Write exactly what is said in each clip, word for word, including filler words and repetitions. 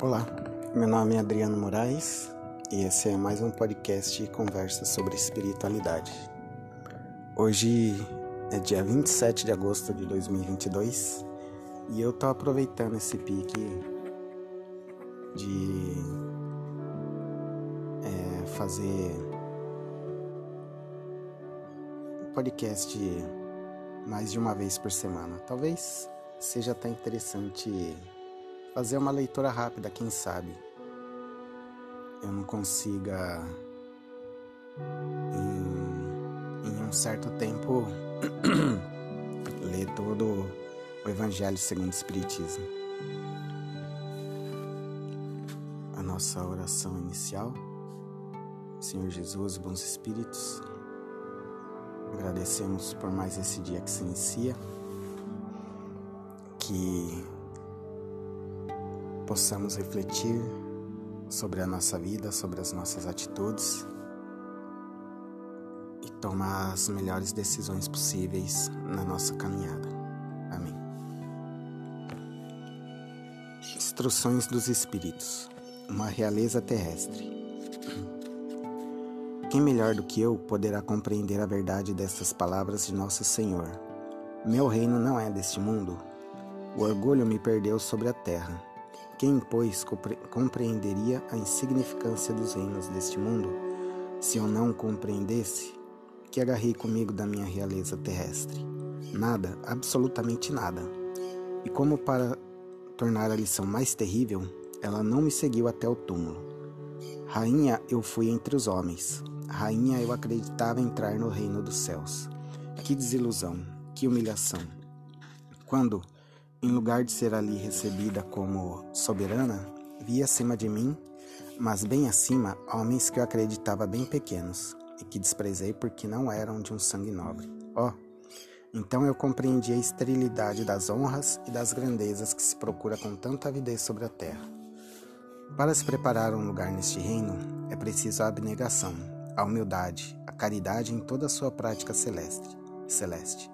Olá, meu nome é Adriano Moraes e esse é mais um podcast e conversa sobre espiritualidade. Hoje é dia vinte e sete de agosto de dois mil e vinte e dois e eu tô aproveitando esse pique de é, fazer podcast mais de uma vez por semana. Talvez seja até interessante fazer uma leitura rápida, quem sabe eu não consiga em, em um certo tempo ler todo o Evangelho segundo o Espiritismo. A nossa oração inicial. Senhor Jesus, bons Espíritos, agradecemos por mais esse dia que se inicia, que possamos refletir sobre a nossa vida, sobre as nossas atitudes e tomar as melhores decisões possíveis na nossa caminhada. Amém. Instruções dos Espíritos. Uma realeza terrestre. Quem melhor do que eu poderá compreender a verdade destas palavras de Nosso Senhor? Meu reino não é deste mundo. O orgulho me perdeu sobre a terra. Quem, pois, compreenderia a insignificância dos reinos deste mundo? Se eu não compreendesse, que agarrei comigo da minha realeza terrestre? Nada, absolutamente nada. E como para tornar a lição mais terrível, ela não me seguiu até o túmulo. Rainha eu fui entre os homens. Rainha eu acreditava entrar no reino dos céus. Que desilusão, que humilhação. Quando, em lugar de ser ali recebida como soberana, vi acima de mim, mas bem acima, homens que eu acreditava bem pequenos e que desprezei porque não eram de um sangue nobre. Ó, oh, então eu compreendi a esterilidade das honras e das grandezas que se procura com tanta avidez sobre a terra. Para se preparar um lugar neste reino, é preciso a abnegação, a humildade, a caridade em toda a sua prática celeste. celeste.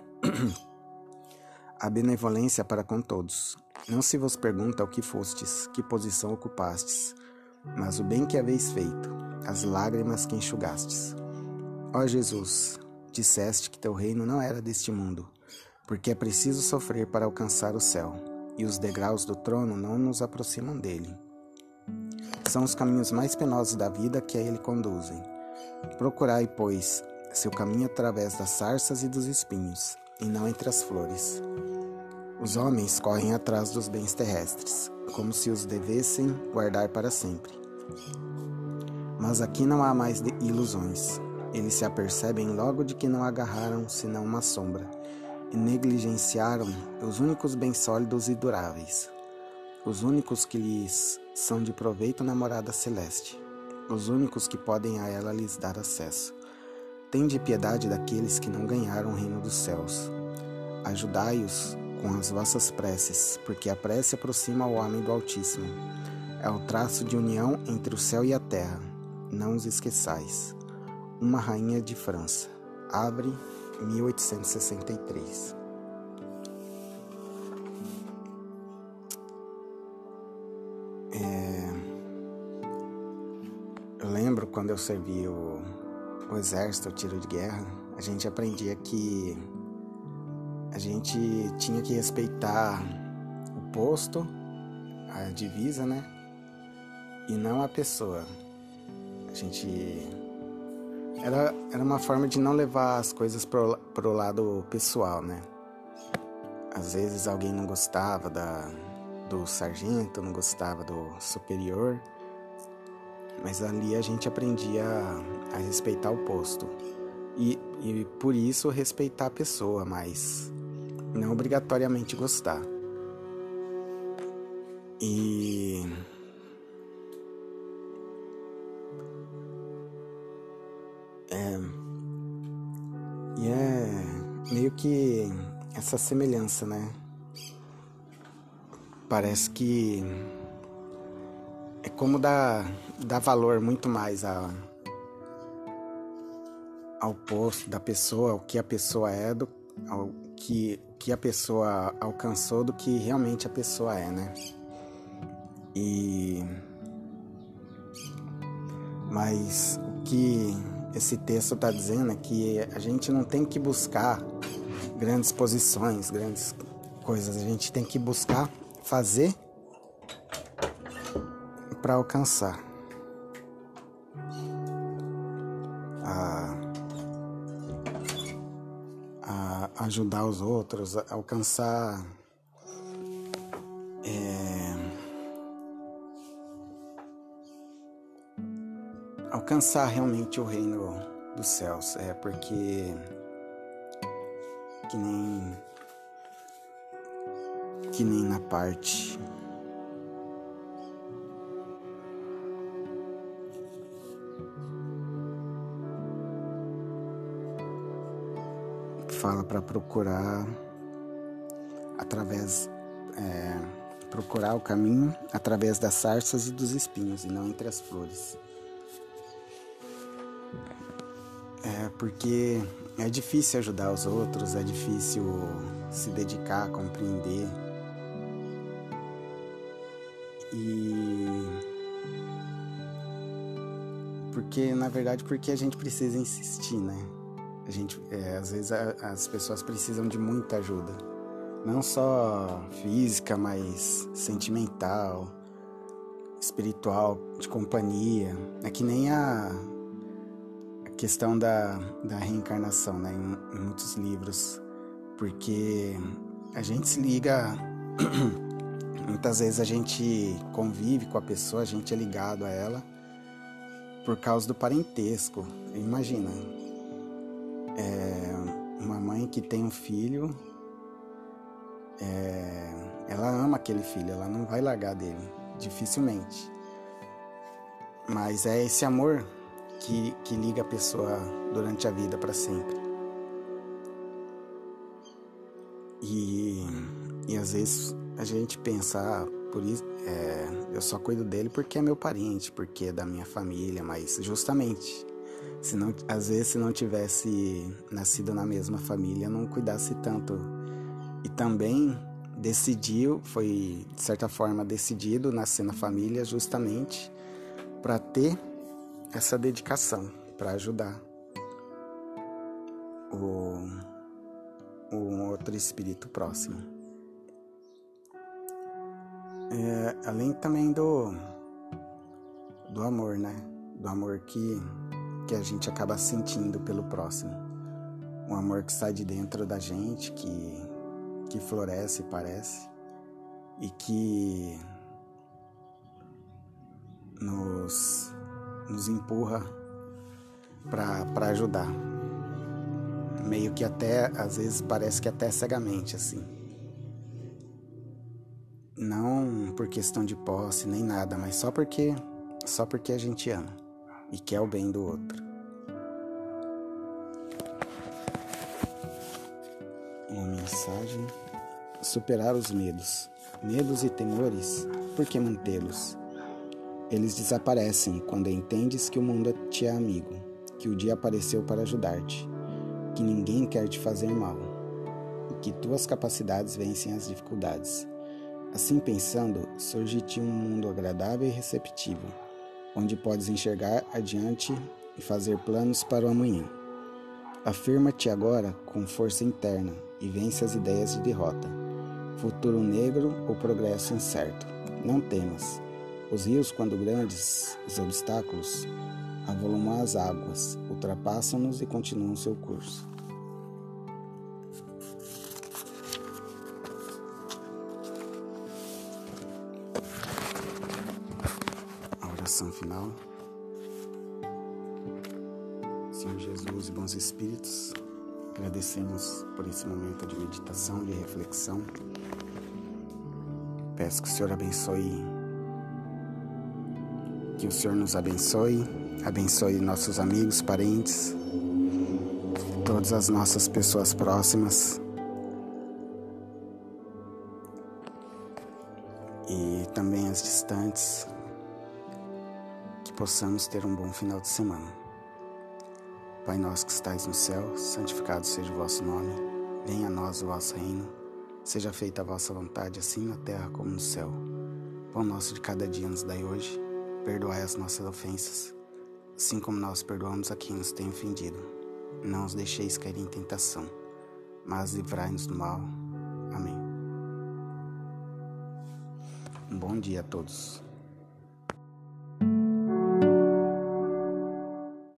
A benevolência para com todos. Não se vos pergunta o que fostes, que posição ocupastes, mas o bem que haveis feito, as lágrimas que enxugastes. Ó Jesus, disseste que teu reino não era deste mundo, porque é preciso sofrer para alcançar o céu, e os degraus do trono não nos aproximam dele. São os caminhos mais penosos da vida que a ele conduzem. Procurai, pois, seu caminho através das sarças e dos espinhos, e não entre as flores. Os homens correm atrás dos bens terrestres, como se os devessem guardar para sempre. Mas aqui não há mais ilusões. Eles se apercebem logo de que não agarraram senão uma sombra, e negligenciaram os únicos bens sólidos e duráveis, os únicos que lhes são de proveito na morada celeste, os únicos que podem a ela lhes dar acesso. Tende piedade daqueles que não ganharam o reino dos céus. Ajudai-os com as vossas preces, porque a prece aproxima o homem do Altíssimo. É o traço de união entre o céu e a terra. Não os esqueçais. Uma Rainha de França. Havre, mil oitocentos e sessenta e três. É... Eu lembro quando eu servi o, o exército, o tiro de guerra, a gente aprendia que a gente tinha que respeitar o posto, a divisa, né? E não a pessoa. A gente... Era, era uma forma de não levar as coisas pro, pro lado pessoal, né? Às vezes alguém não gostava da, do sargento, não gostava do superior, mas ali a gente aprendia a, a respeitar o posto. E, e por isso respeitar a pessoa, mas não obrigatoriamente gostar. E... É... E é meio que essa semelhança, né? Parece que é como dar, dar valor muito mais a, ao posto da pessoa, ao que a pessoa é, do, ao que, que a pessoa alcançou do que realmente a pessoa é, né? E mas o que esse texto está dizendo é que a gente não tem que buscar grandes posições, grandes coisas. A gente tem que buscar fazer para alcançar. A, a ajudar os outros, a alcançar é, alcançar realmente o reino dos céus. É porque que nem que nem na parte fala para procurar através é, procurar o caminho através das sarças e dos espinhos e não entre as flores. É porque é difícil ajudar os outros, é difícil se dedicar, compreender. E porque, na verdade, porque a gente precisa insistir, né? A gente, é, às vezes a, as pessoas precisam de muita ajuda, não só física, mas sentimental, espiritual, de companhia. É que nem a, a questão da, da reencarnação, né? Em, em muitos livros, porque a gente se liga, muitas vezes a gente convive com a pessoa, a gente é ligado a ela por causa do parentesco. Imagina, é, uma mãe que tem um filho, é, ela ama aquele filho, ela não vai largar dele, dificilmente. Mas é esse amor que, que liga a pessoa durante a vida para sempre. E, e às vezes a gente pensa, ah, por isso, é, eu só cuido dele porque é meu parente, porque é da minha família, mas justamente, se não, às vezes se não tivesse nascido na mesma família, não cuidasse tanto. E também decidiu, foi de certa forma decidido nascer na família justamente para ter essa dedicação, para ajudar o, o outro espírito próximo. É, além também do, do amor, né? Do amor que, que a gente acaba sentindo pelo próximo. Um amor que sai de dentro da gente, que, que floresce, parece, e que nos, nos empurra para ajudar. Meio que até, às vezes, parece que até cegamente, assim. Não por questão de posse nem nada, mas só porque, só porque a gente ama e quer o bem do outro. Uma mensagem: superar os medos. Medos e temores, por que mantê-los? Eles desaparecem quando entendes que o mundo te é amigo, que o dia apareceu para ajudar-te, que ninguém quer te fazer mal, e que tuas capacidades vencem as dificuldades. Assim pensando, surge-te um mundo agradável e receptivo, onde podes enxergar adiante e fazer planos para o amanhã. Afirma-te agora com força interna e vence as ideias de derrota. Futuro negro ou progresso incerto. Não temas. Os rios, quando grandes, os obstáculos, avolumam as águas, ultrapassam-nos e continuam seu curso. Oração final. Senhor Jesus e bons espíritos, agradecemos por esse momento de meditação, de reflexão. Peço que o Senhor abençoe, que o Senhor nos abençoe, abençoe nossos amigos, parentes, todas as nossas pessoas próximas e também as distantes. Possamos ter um bom final de semana. Pai nosso que estais no céu, santificado seja o vosso nome. Venha a nós o vosso reino. Seja feita a vossa vontade, assim na terra como no céu. Pão nosso de cada dia nos dai hoje. Perdoai as nossas ofensas, assim como nós perdoamos a quem nos tem ofendido. Não os deixeis cair em tentação, mas livrai-nos do mal. Amém. Um bom dia a todos.